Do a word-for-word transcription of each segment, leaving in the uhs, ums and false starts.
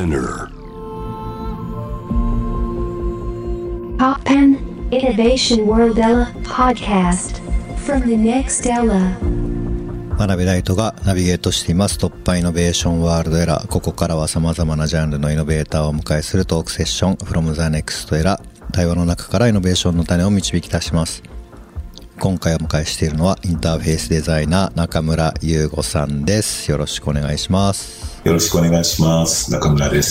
Spinner Poppen Innovation World Ella Podcast from the next Ella。 真鍋大斗がナビゲートしています突破イノベーションワールドエラー。ここからは様々なジャンルのイノベーターをお迎えするトークセッション from the next Era。 対話の中からイノベーションの種を導き出します。今回お迎えしているのはインターフェースデザイナー中村優吾さんです。よろしくお願いします。 よろしくお願いします。中村です。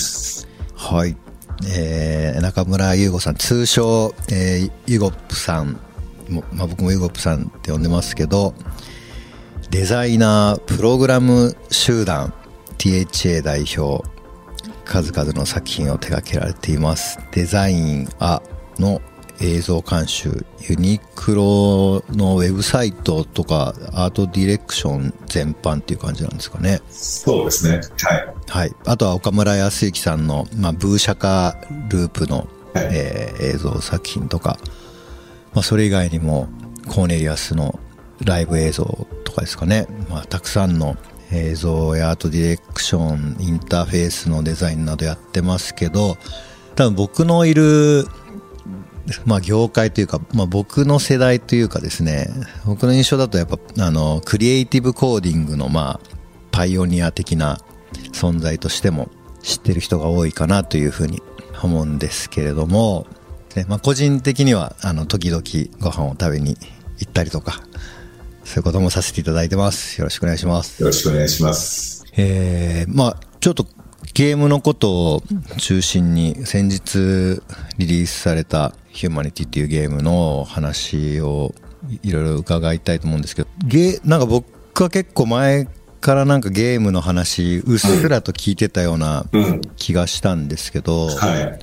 はい、えー、中村優吾さん、通称、えー、ユゴップさんも、まあ、僕もユゴップさんって呼んでますけど、デザイナープログラム集団 ティーエイチエー 代表、数々の作品を手掛けられています。デザインアの映像監修、ユニクロのウェブサイトとかアートディレクション全般っていう感じなんですかね。 そうですね。はい。 はい。あとは岡村康之さんの、まあ、ブーシャカループの、はい、えー、映像作品とか、まあ、それ以外にもコーネリアスのライブ映像とかですかね。まあ、たくさんの映像やアートディレクション、インターフェースのデザインなどやってますけど、多分僕のいるまあ業界というか、まあ僕の世代というかですね、僕の印象だとやっぱあのクリエイティブコーディングのまあパイオニア的な存在としても知ってる人が多いかなというふうに思うんですけれども、でまあ個人的にはあの時々ご飯を食べに行ったりとか、そういうこともさせていただいてます。よろしくお願いします。 よろしくお願いします。 えー、まあちょっとゲームのことを中心に先日リリースされたヒューマニティっていうゲームの話をいろいろ伺いたいと思うんですけど、ゲなんか僕は結構前からなんかゲームの話うっすらと聞いてたような気がしたんですけど、 うんうん、はい、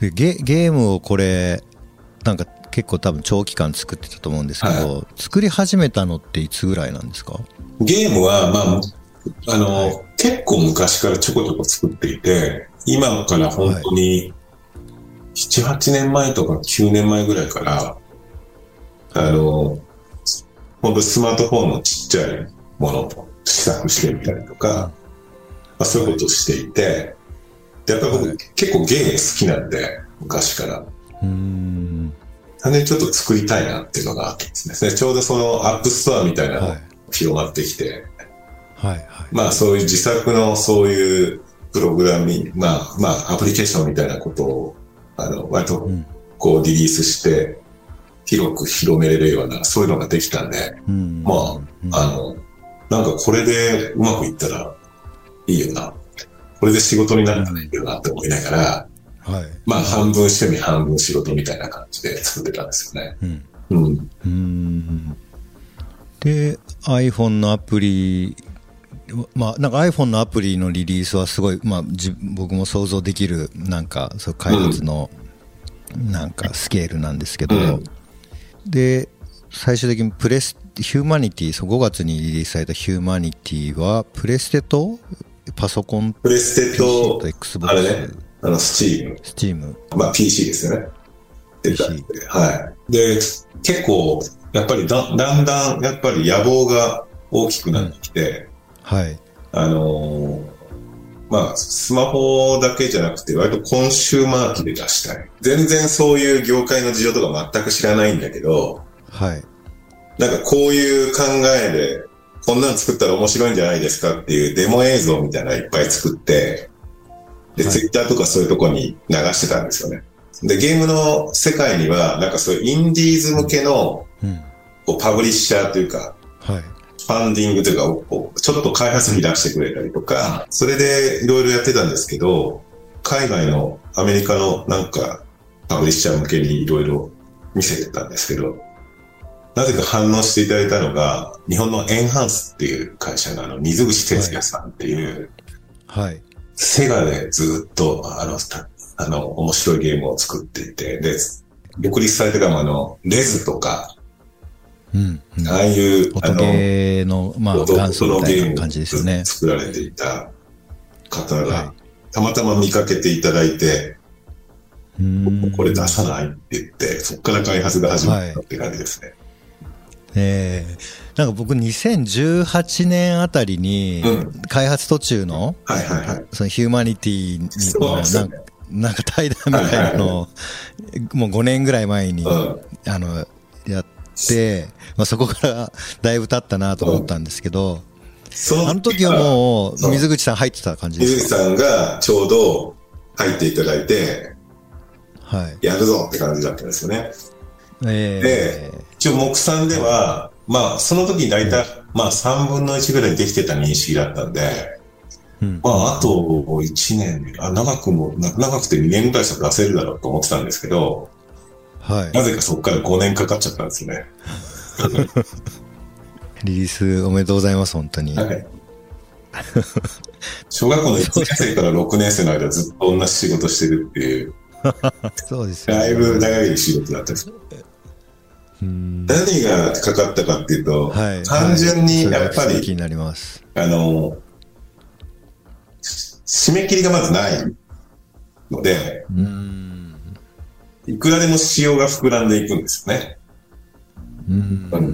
ゲ, ゲームをこれなんか結構多分長期間作ってたと思うんですけど、はい、作り始めたのっていつぐらいなんですか？ ゲームはまああの、はい、結構昔からちょこちょこ作っていて、今から本当になな、はちねんまえとかきゅうねんまえぐらいから、あの、本当スマートフォンのちっちゃいものを試作してみたりとか、まあ、そういうことをしていて、やっぱり僕、はい、結構ゲーム好きなんで、昔から。うーん。で、ちょっと作りたいなっていうのがあったんですね。ちょうどそのアップストアみたいなのが広がってきて、はいはい、まあそういう自作のそういうプログラミング、まあまあアプリケーションみたいなことをあの割とこうリリースして広く広めれるようなそういうのができたんで、うん、まあ、うん、あのなんかこれでうまくいったらいいよな、これで仕事になったらいいよなって思いながら、はい、まあ半分趣味半分仕事みたいな感じで作ってたんですよね。うんうん、うーんで iPhone のアプリ、まあ、なんか iPhone のアプリのリリースはすごい、まあ、じ僕も想像できるなんかそう開発のなんかスケールなんですけど、うん、で最終的にプレスヒューマニティ、そうごがつにリリースされたヒューマニティはプレステとパソコン、 プレステとピーシー と Xbox、 あれね、あのスチーム、 スチーム、 まあ ピーシー ですよね。ピーシー、はい。で結構やっぱり だ, だんだんやっぱり野望が大きくなってきて、うん、はい。あのー、まあ、スマホだけじゃなくて、割とコンシューマー機で出したい。全然そういう業界の事情とか全く知らないんだけど、はい。なんかこういう考えで、こんなの作ったら面白いんじゃないですかっていうデモ映像みたいなのいっぱい作って、で、はい、ツイッターとかそういうとこに流してたんですよね。で、ゲームの世界には、なんかそういうインディーズ向けの、うん、こうパブリッシャーというか、はい。ファンディングというか、ちょっと開発費出してくれたりとか、それでいろいろやってたんですけど、海外のアメリカのなんかパブリッシャー向けにいろいろ見せてたんですけど、なぜか反応していただいたのが、日本のエンハンスっていう会社のあの水口哲也さんっていう、はい、セガでずっとあの、あの、面白いゲームを作っていて、で、独立されてからもあの、レズとか、うんうん、ああいう音ゲーのまあ元祖みたいな感じですよね。 作られていた方が、はい、たまたま見かけていただいて、うんこれ出さないって言って、そこから開発が始まったって感じですね。 へえー、なんか僕にせんじゅうはちねんあたりに開発途中の、 うん、はいはいはい、 そのヒューマニティになんか、なんか対談みたいなのをもうごねんぐらい前に、うん、あのやって、まあ、そこからだいぶ経ったなと思ったんですけど、うん、あの時はもう水口さん入ってた感じですか？ 水口さんがちょうど入っていただいて、はい、やるぞって感じだったんですよね。えー、で一応木さんでは、まあ、その時に大体、まあ、さんぶんのいちぐらいできてた認識だったんで、うん、まあ、あといちねん、あ、長くも、長くてにねんぐらいしたら出せるだろうと思ってたんですけど、はい、なぜかそこからごねんかかっちゃったんですよね。 リリースおめでとうございます、本当に。はい、 小学校のいちねん生からろくねん生の間ずっと同じ仕事してるっていう。 そうですよね。 だいぶ長い仕事だったんです。何がかかったかっていうと、はい、単純にやっぱり、 気になります。 あの、締め切りがまずないので、うーん、いくらでも仕様が膨らんでいくんですよね。うーん、うん、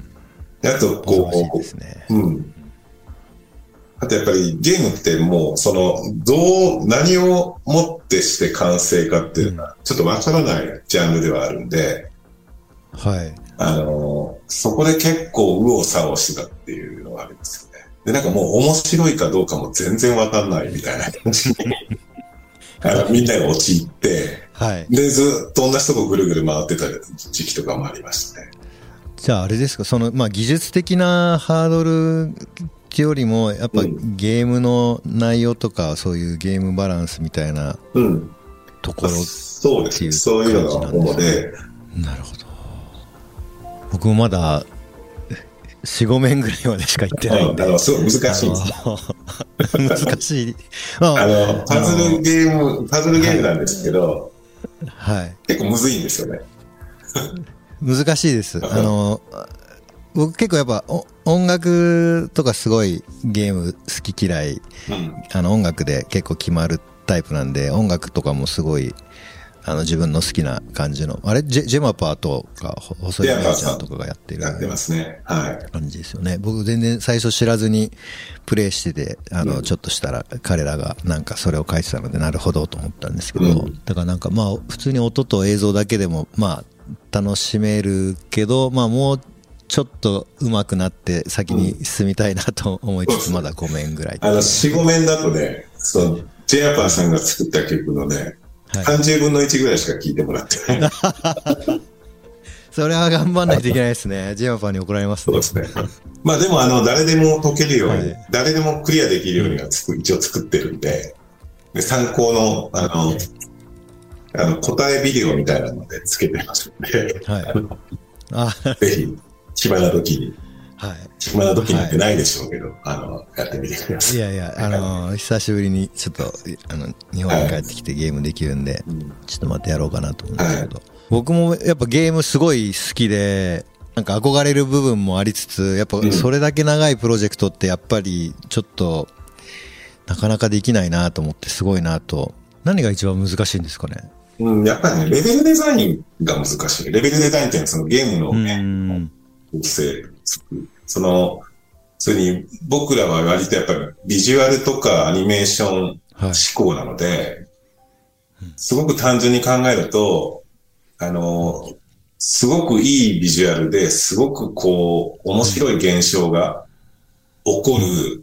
であと、こう、ですね、うん。あとやっぱりゲームってもう、その、どう、何をもってして完成かっていうのは、ちょっとわからないジャンルではあるんで、はい。あの、そこで結構右往左往してたっていうのがありますよね。で、なんかもう面白いかどうかも全然わかんないみたいな感じにあのみんなが陥って、はい。で、ずっと同じとこぐるぐる回ってた時期とかもありましたね。 じゃああれですか、その、まあ技術的なハードルよりも、やっぱゲームの内容とか、そういうゲームバランスみたいなところ、うん、 そうですね。そういうのが主で。 なるほど。僕もまだよん、ごめんぐらいまでしか行ってないんで、 あのすごい難しいんです難しいあのパズルゲームパズルゲームなんですけど、はい、結構むずいんですよね。 難しいです。あの僕結構やっぱ音楽とかすごいゲーム好き嫌い、うん、あの音楽で結構決まるタイプなんで、音楽とかもすごいあの自分の好きな感じの、あれジェ、ジェマパーとか細井ちゃんとかがやってるやってますね、はい、 感じですよね。僕全然最初知らずにプレイしてて、あの、うん、ちょっとしたら彼らがなんかそれを書いてたので、なるほどと思ったんですけど、うん、だからなんかまあ普通に音と映像だけでもまあ楽しめるけど、まあもうちょっと上手くなって先に進みたいなと思いつつ、まだごめんぐらい、 あのよん、ごめんだとね、そのジェマパーさんが作った曲のね、はい、さんじゅうぶんのいちぐらいしか聞いてもらってないそれは頑張んないといけないですね。ジェマパーに怒られますね。 そうですね。まあでもあの誰でも解けるように、はい、誰でもクリアできるようにはつく、一応作ってるんで、で参考のあの、はい、あの答えビデオみたいなのでつけてますんで、はい、あぜひ暇な時に。はい、暇な時なんてないでしょうけど、はい、あのやってみてください。 いやいや、あの久しぶりにちょっとあの日本に帰ってきてゲームできるんで、はい、ちょっとまたやろうかなと思うんですけど、はい、僕もやっぱゲームすごい好きで、なんか憧れる部分もありつつ、やっぱそれだけ長いプロジェクトってやっぱりちょっとなかなかできないなと思って、すごいなと。何が一番難しいんですかね。 うん、やっぱりね、レベルデザインが難しい。レベルデザインっていうのはそのゲームのね、構成、その、それに僕らは割とやっぱりビジュアルとかアニメーション思考なので、はい、すごく単純に考えると、あの、すごくいいビジュアルですごくこう、面白い現象が起こる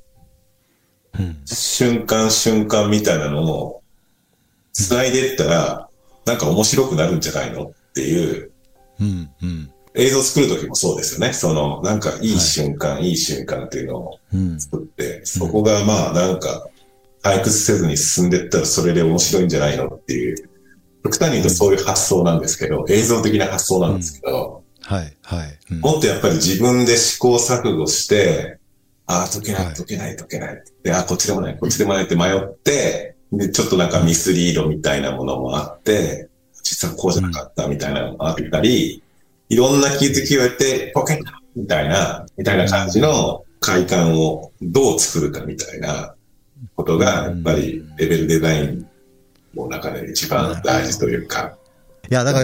瞬間瞬間みたいなのを繋いでいったら、なんか面白くなるんじゃないのっていう、うんうん、映像作るときもそうですよね。その、なんかいい瞬間、はい、いい瞬間っていうのを作って、うん、そこがまあなんか退屈せずに進んでいったらそれで面白いんじゃないのっていう、極端に言うとそういう発想なんですけど、映像的な発想なんですけど、うん、はい、はい、うん。もっとやっぱり自分で試行錯誤して、ああ、解けない、解けない、解けない。で、ああ、こっちでもない、こっちでもないって迷って、で、ちょっとなんかミスリードみたいなものもあって、実はこうじゃなかったみたいなのがあったり、いろんな気づきを得て、ポケットみたいな、みたいな感じの快感をどう作るかみたいなことが、やっぱりレベルデザインの中で一番大事というか。 いや、だから、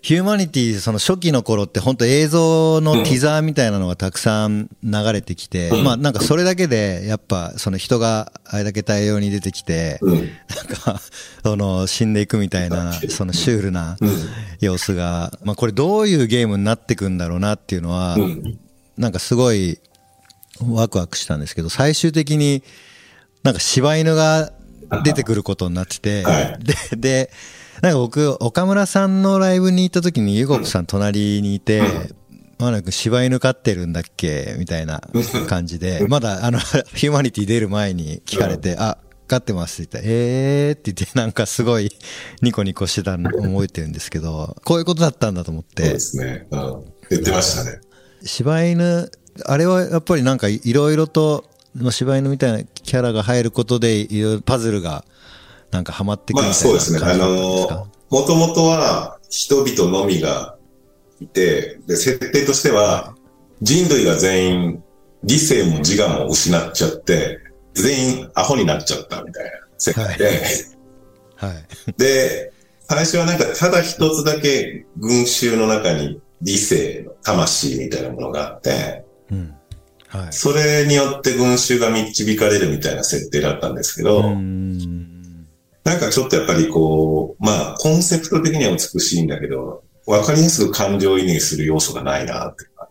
ヒューマニティその初期の頃って本当映像のティザーみたいなのがたくさん流れてきて、まあなんかそれだけでやっぱその人があれだけ大量に出てきて、なんかその死んでいくみたいなそのシュールな様子が、まあこれどういうゲームになってくんだろうなっていうのはなんかすごいワクワクしたんですけど、最終的になんか柴犬が出てくることになってて、で、で、なんか僕、岡村さんのライブに行った時に、ゆごくさん隣にいて、まあなんか柴犬飼ってるんだっけみたいな感じで、まだあの、ヒューマニティ出る前に聞かれて、あ、飼ってますって言ったら、えーって言って、なんかすごいニコニコしてたの覚えてるんですけど、こういうことだったんだと思って。 そうですね。うん。言ってましたね。 柴犬、あれはやっぱりなんかいろいろと、柴犬みたいなキャラが入ることで、いろいろパズルが、なんかハマってくるみたいな。まあそうですね。あの、 もともとは人々のみがいて、で、設定としては人類が全員理性も自我も失っちゃって、全員アホになっちゃったみたいな世界で。はい。はい、で、最初はなんかただ一つだけ群衆の中に理性の魂みたいなものがあって、うんはい、それによって群衆が導かれるみたいな設定だったんですけど、うんなんかちょっとやっぱりこう、まあ、コンセプト的には美しいんだけど、わかりやすく感情移入する要素がないなってあって。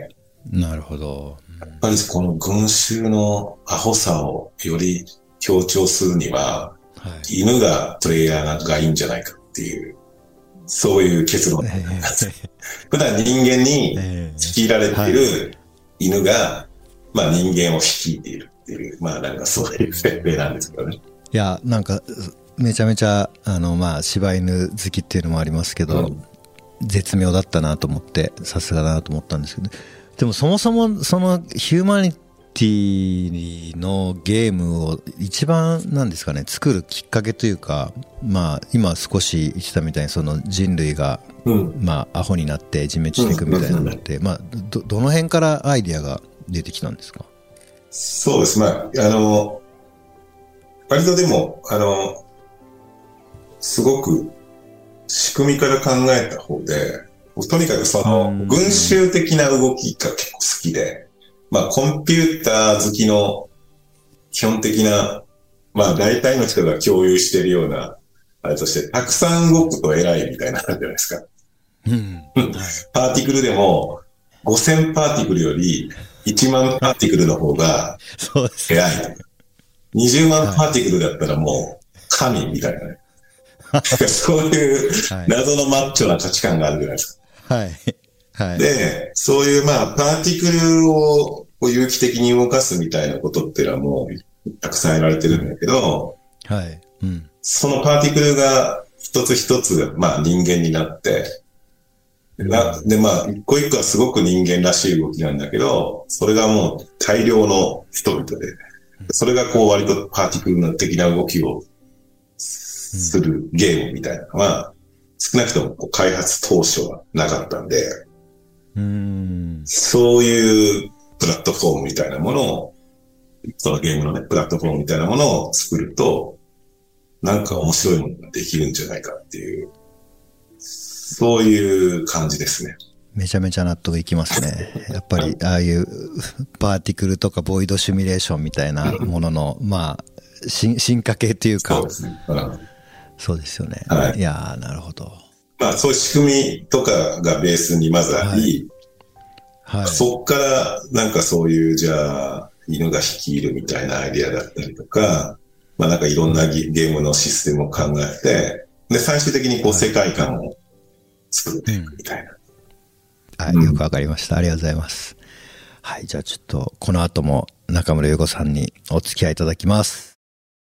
なるほど。 やっぱりこの群衆のアホさをより強調するには、はい、犬がプレイヤーがいいんじゃないかっていう、そういう結論になります。普段人間に率いられている犬が、まあ人間を率いているっていう、まあなんかそういう設定なんですけどね。 いや、なんか、めちゃめちゃあのまあ柴犬好きっていうのもありますけど、うん、絶妙だったなと思ってさすがだなと思ったんですけど、でもそもそもそのヒューマニティのゲームを一番なんですかね作るきっかけというか、まあ今少し言ってたみたいにその人類が、うん、まあアホになって自滅していくみたいなのって、うん、まあ ど, どの辺からアイディアが出てきたんですか？ そうです。まああの割とでもあのすごく仕組みから考えた方で、とにかくその群衆的な動きが結構好きで、まあコンピューター好きの基本的な、まあ大体の人が共有しているような、あれとして、たくさん動くと偉いみたいなのあるじゃないですか。うん、パーティクルでもごせんパーティクルよりいちまんパーティクルの方が偉い。にじゅうまんパーティクルだったらもう神みたいなね。そういう謎のマッチョな価値観があるじゃないですか。はい。はい。で、そういうまあ、パーティクルを有機的に動かすみたいなことっていうのはもうたくさんやられてるんだけど、はい。うん。そのパーティクルが一つ一つまあ人間になって、なでまあ、一個一個はすごく人間らしい動きなんだけど、それがもう大量の人々で、それがこう割とパーティクル的な動きをするゲームみたいなのは、少なくともこう開発当初はなかったんで、うーんそういうプラットフォームみたいなものを、そのゲームのね、プラットフォームみたいなものを作ると、なんか面白いものができるんじゃないかっていう、そういう感じですね。 めちゃめちゃ納得いきますね。やっぱり、ああいうパーティクルとかボイドシミュレーションみたいなものの、まあ、進化系っていうか、そうですね。うんそうですよね。はい。いやー、なるほど。 まあ、そういう仕組みとかがベースにまずあり、はいはい、そっからなんかそういう、じゃあ、犬が率いるみたいなアイディアだったりとか、まあなんかいろんなゲームのシステムを考えて、で、最終的にこう世界観を作っていくみたいな。 はい、うん、よくわかりました。ありがとうございます。はい、じゃあちょっと、この後も中村優子さんにお付き合いいただきます。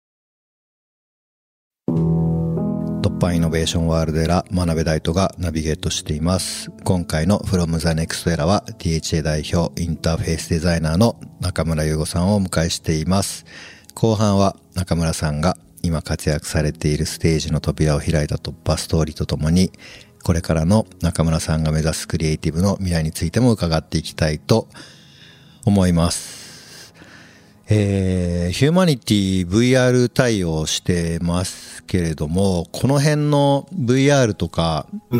突破イノベーションワールドエラー真鍋大斗がナビゲートしています。今回の From the Next Era は ティーエイチエー 代表インターフェースデザイナーの中村優吾さんをお迎えしています。後半は中村さんが今活躍されているステージの扉を開いた突破ストーリーとともに、これからの中村さんが目指すクリエイティブの未来についても伺っていきたいと思います。えー、ヒューマニティ ブイアール 対応してますけれども、この辺の ブイアール とか、うん、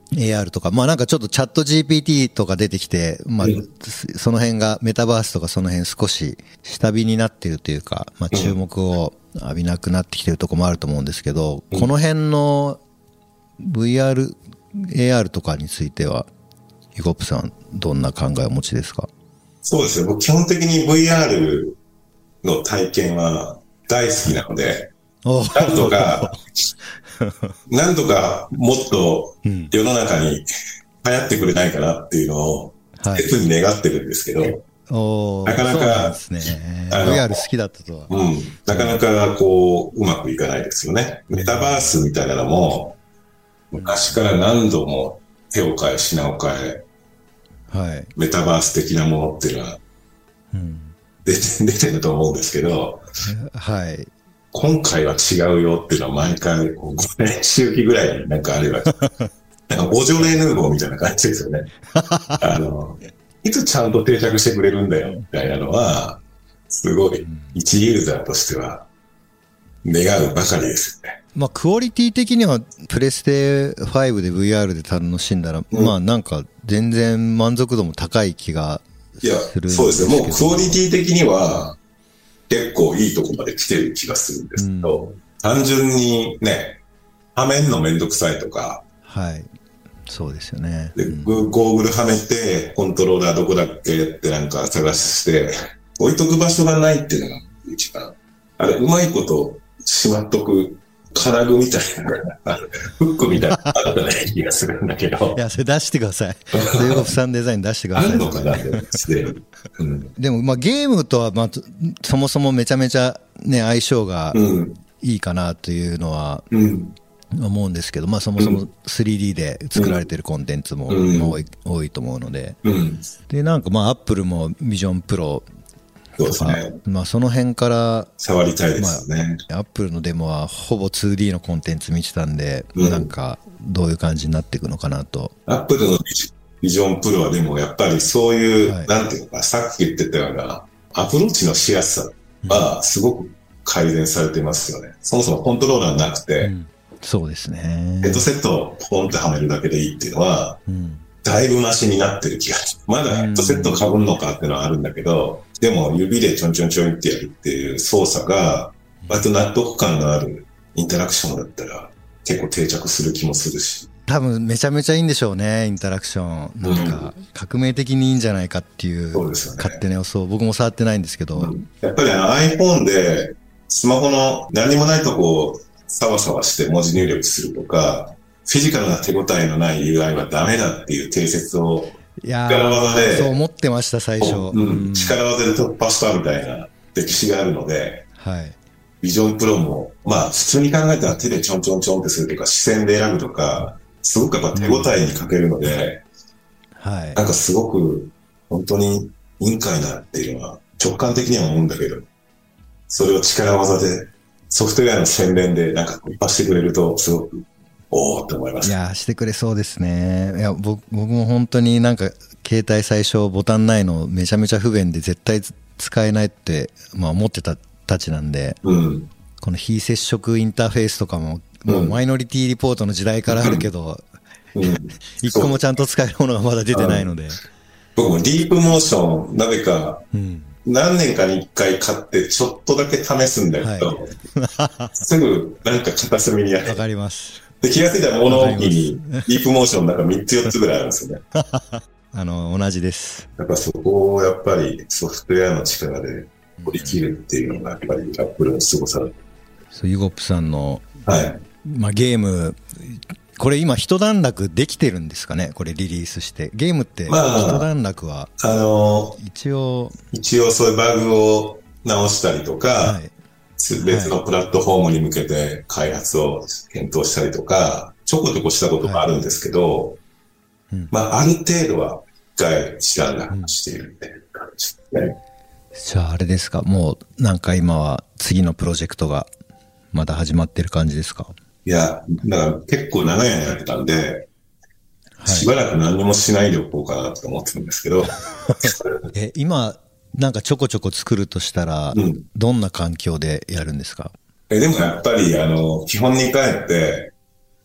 エーアール とか、まあなんかちょっとチャット ジーピーティー とか出てきて、まあ、その辺がメタバースとかその辺少し下火になってるというか、まあ注目を浴びなくなってきてるところもあると思うんですけど、この辺の ブイアール、エーアール とかについては、ユゴップさんどんな考えをお持ちですか？ そうですね。僕基本的に ブイアール の体験は大好きなので、なんとか、なんとかもっと世の中に流行ってくれないかなっていうのを、切に願ってるんですけど、はい、 おなかなか、 そうなんですね、ブイアール 好きだったとは。 うん。なかなかこう、うまくいかないですよね。メタバースみたいなのも、昔から何度も手を変え品を変え、はい、メタバース的なものっていうのは、うん、出て、出てると思うんですけど、はい。今回は違うよっていうのは毎回ごねん周期ぐらいになんかあれば、なんかボジョレ・ヌーボーみたいな感じですよね。あの、いつちゃんと定着してくれるんだよみたいなのは、すごい一ユーザーとしては願うばかりですよね。 まあクオリティ的にはプレステファイブで ブイアール で楽しんだら、うん、まあなんか全然満足度も高い気がするんですけど。いや、 そうですね。もうクオリティ的には結構いいとこまで来てる気がするんですけど、うん、単純にね、はめんのめんどくさいとか。 はい。そうですよね。 で、うん、ゴーグルはめて、コントローラーどこだっけってなんか探して、置いとく場所がないっていうのが一番。あれ、うまいことしまっとく金具みたいな、フックみたいなのあったね気がするんだけど。 いや、それ出してください。レゴフさんデザイン出してください。 あるのかなって思って。 うん、でも、まあゲームとは、まあ、そもそもめちゃめちゃね、相性がいいかなというのは、うん思うんですけど、まあそもそも スリーディー で作られてるコンテンツも多い、うん、多いと思うので、うん、でなんかまあアップルもビジョンプロとか、そうですね、まあその辺から触りたいですね。 まあ、アップルのデモはほぼ ツーディー のコンテンツ見てたんで、うん、なんかどういう感じになっていくのかなと。 アップルのビジョンプロはでもやっぱりそういう、はい、なんていうのか、さっき言ってたようなアプローチのしやすさはすごく改善されてますよね。うん、そもそもコントローラーなくて、うん、 そうですね。 ヘッドセットをポンってはめるだけでいいっていうのは、うん、だいぶマシになってる気がする。まだヘッドセットを被るのかっていうのはあるんだけど、でも指でちょんちょんちょんってやるっていう操作が、割と納得感のあるインタラクションだったら結構定着する気もするし。 多分めちゃめちゃいいんでしょうね、インタラクション。なんか革命的にいいんじゃないかっていう、そうですよね、勝手な予想。僕も触ってないんですけど。うん、 やっぱりあの iPhone でスマホの何もないとこをサワサワして文字入力するとか、フィジカルな手応えのない ユーアイ はダメだっていう定説を力技で、 そう思ってました最初、 うん、力技で突破したみたいな歴史があるので、はい、ビジョンプロもまあ普通に考えたら手でちょんちょんちょんってするとか視線で選ぶとかすごくやっぱ手応えに欠けるので、うん、はい、なんかすごく本当にいいんかいなっていうのは直感的には思うんだけど、それを力技でソフトウェアの洗練でなんか突破してくれるとすごくおーって思います。 いやしてくれそうですね。いや 僕, 僕も本当になんか携帯最初ボタンないのめちゃめちゃ不便で絶対使えないって、まあ、思ってたたちなんで、うん、この非接触インターフェースとかも、うん、もうマイノリティリポートの時代からあるけど、うんうん、一個もちゃんと使えるものがまだ出てないので、 僕もディープモーションなぜか、うん何年かに一回買ってちょっとだけ試すんだけど、はい、すぐなんか片隅にやる。 わかります。 で、気がついたら物置にディープモーションなんかみっつよっつぐらいあるんですよね。 あの、同じです。 やっぱそこをやっぱりソフトウェアの力で取り切るっていうのがやっぱりアップルの凄さだ。 そう、ユゴップさんの、はい。まあゲーム、これ今一段落できてるんですかね、これリリースして。ゲームって一段落は、 まあ、あのー、 一応一応そういうバグを直したりとか、はい、別のプラットフォームに向けて開発を検討したりとか、ちょこちょこしたこともあるんですけど、はいうん、まあある程度は一回一段落しているっていう感じですね、うん。 じゃああれですか、もうなんか今は次のプロジェクトがまだ始まってる感じですか？ いや、だから結構長い間やってたんで、はい、しばらく何もしないでおこうかなと思ってるんですけど。 え、今、なんかちょこちょこ作るとしたら、うん、どんな環境でやるんですか？ え、でもやっぱり、あの、基本に帰って、ちっ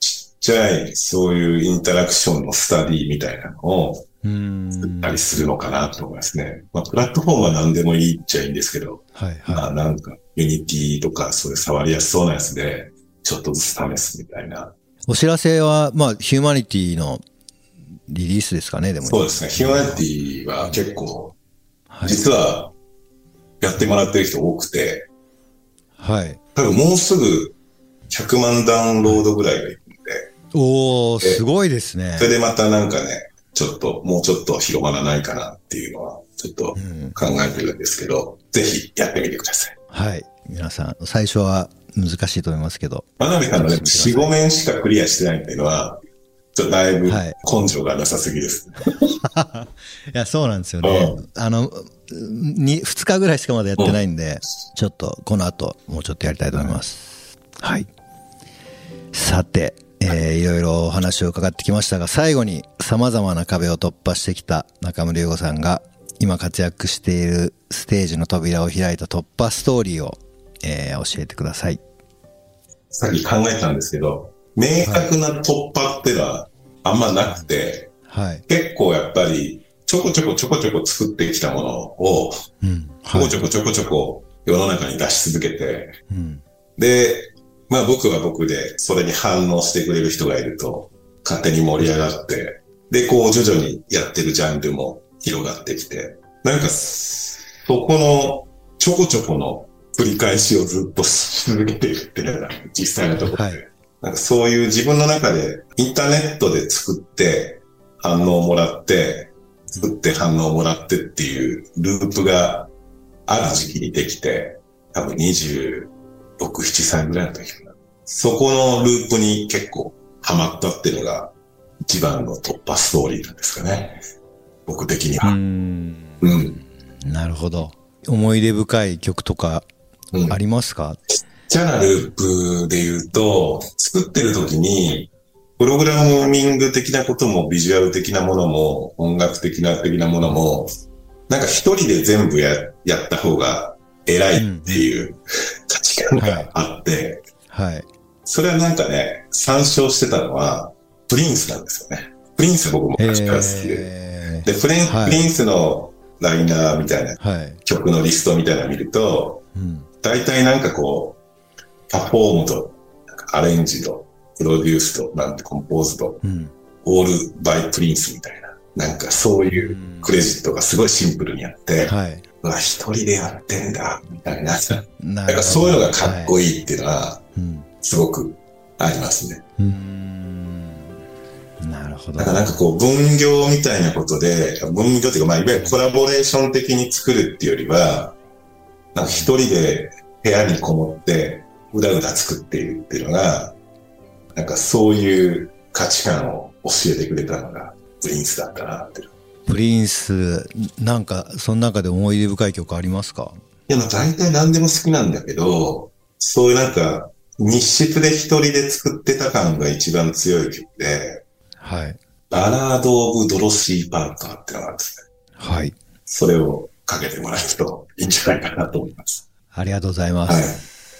ちゃいそういうインタラクションのスタディみたいなのを作ったりするのかなと思いますね。まあ、プラットフォームは何でもいいっちゃいいんですけど、 はいはい、 まあなんかユニティとかそういう触りやすそうなやつでちょっとずつ試すみたいな。 お知らせはまあヒューマニティのリリースですかね。でもそうですね。ヒューマニティは結構、はい、実はやってもらってる人多くて、 はい。 多分もうすぐひゃくまんダウンロードぐらいがいくんで。 おー、すごいですね。 それでまたなんかね、ちょっと、もうちょっと広まらないかなっていうのは、ちょっと考えてるんですけど、うん、ぜひやってみてください。 はい。皆さん、最初は難しいと思いますけど。 真鍋さんのね、よん、ごめんしかクリアしてないっていうのは、ちょっとだいぶ根性がなさすぎです。 はい、いや、そうなんですよね。うん、あの、に、ふつかぐらいしかまだやってないんで、うん、ちょっとこの後、もうちょっとやりたいと思います。はい。さて、えー、いろいろお話を伺ってきましたが、最後に様々な壁を突破してきた中村優吾さんが、今活躍しているステージの扉を開いた突破ストーリーを、えー、教えてください。 さっき考えたんですけど、明確な突破ってのはあんまなくて、はい、結構やっぱりちょこちょこちょこちょこ作ってきたものを、うんはい、ちょこちょこちょこちょこ世の中に出し続けて、うん、で、まあ僕は僕でそれに反応してくれる人がいると勝手に盛り上がって、で、こう徐々にやってるジャンルも広がってきて、なんかそこのちょこちょこの繰り返しをずっとし続けているっていうのが実際のところで、はい、なんかそういう自分の中でインターネットで作って反応をもらって作って反応をもらってっていうループがある時期にできて、多分にじゅうろく、ななさいぐらいの時かな。そこのループに結構ハマったっていうのが一番の突破ストーリーなんですかね。僕的には。うーん、うん。 なるほど。思い出深い曲とかありますか？ ちっちゃなループで言うと、作ってる時に、プログラミング的なこともビジュアル的なものも音楽的な的なものも、なんか一人で全部や、やった方が偉いっていう、うん、価値観があって、はいはい、それはなんかね、参照してたのは、プリンスなんですよね。プリンス僕も昔から好きで。で、プリン、はい、プリンスのライナーみたいな、はい、曲のリストみたいなの見ると、うん、大体なんかこう、パフォームと、アレンジと、プロデュースと、なんてコンポーズと、うん、オールバイプリンスみたいな、なんかそういうクレジットがすごいシンプルにあって、はい、うわ、一人でやってんだ、みたいな。なんかそういうのがかっこいいっていうのは、すごくありますね。はい、 うん、なるほど。 だからなんかこう、分業みたいなことで、分業っていうか、まあ、いわゆるコラボレーション的に作るっていうよりは、なんか一人で部屋にこもって、うだうだ作っているっていうのが、なんかそういう価値観を教えてくれたのがプリンスだったなって。 プリンス、なんかその中で思い出深い曲ありますか？ いや、まあ大体何でも好きなんだけど、そういうなんか密室で一人で作ってた感が一番強い曲で、はい。バラード・オブ・ドロシー・パーカーってのがあるんですね。はい。それをかけてもらうといいんじゃないかなと思います。 ありがとうございます。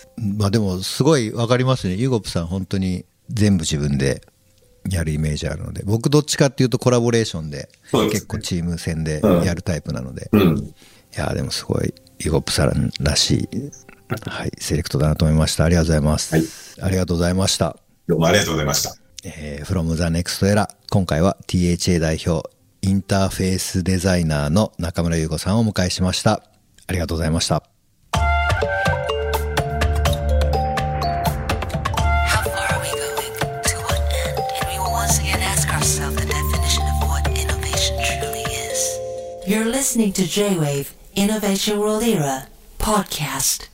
はい、まあでもすごいわかりますね。ユーゴップさん本当に全部自分でやるイメージあるので、僕どっちかっていうとコラボレーションで結構チーム戦でやるタイプなので、うんうん、いやでもすごいユーゴップさんらしい、はい、セレクトだなと思いました。ありがとうございます。はい、ありがとうございました。 どうもありがとうございました。 えー、from the next era、今回は ティーエイチエー 代表インターフェースデザイナーの中村優吾さんをお迎えしました。ありがとうございました。 You're listening to J-Wave Innovation World Era podcast.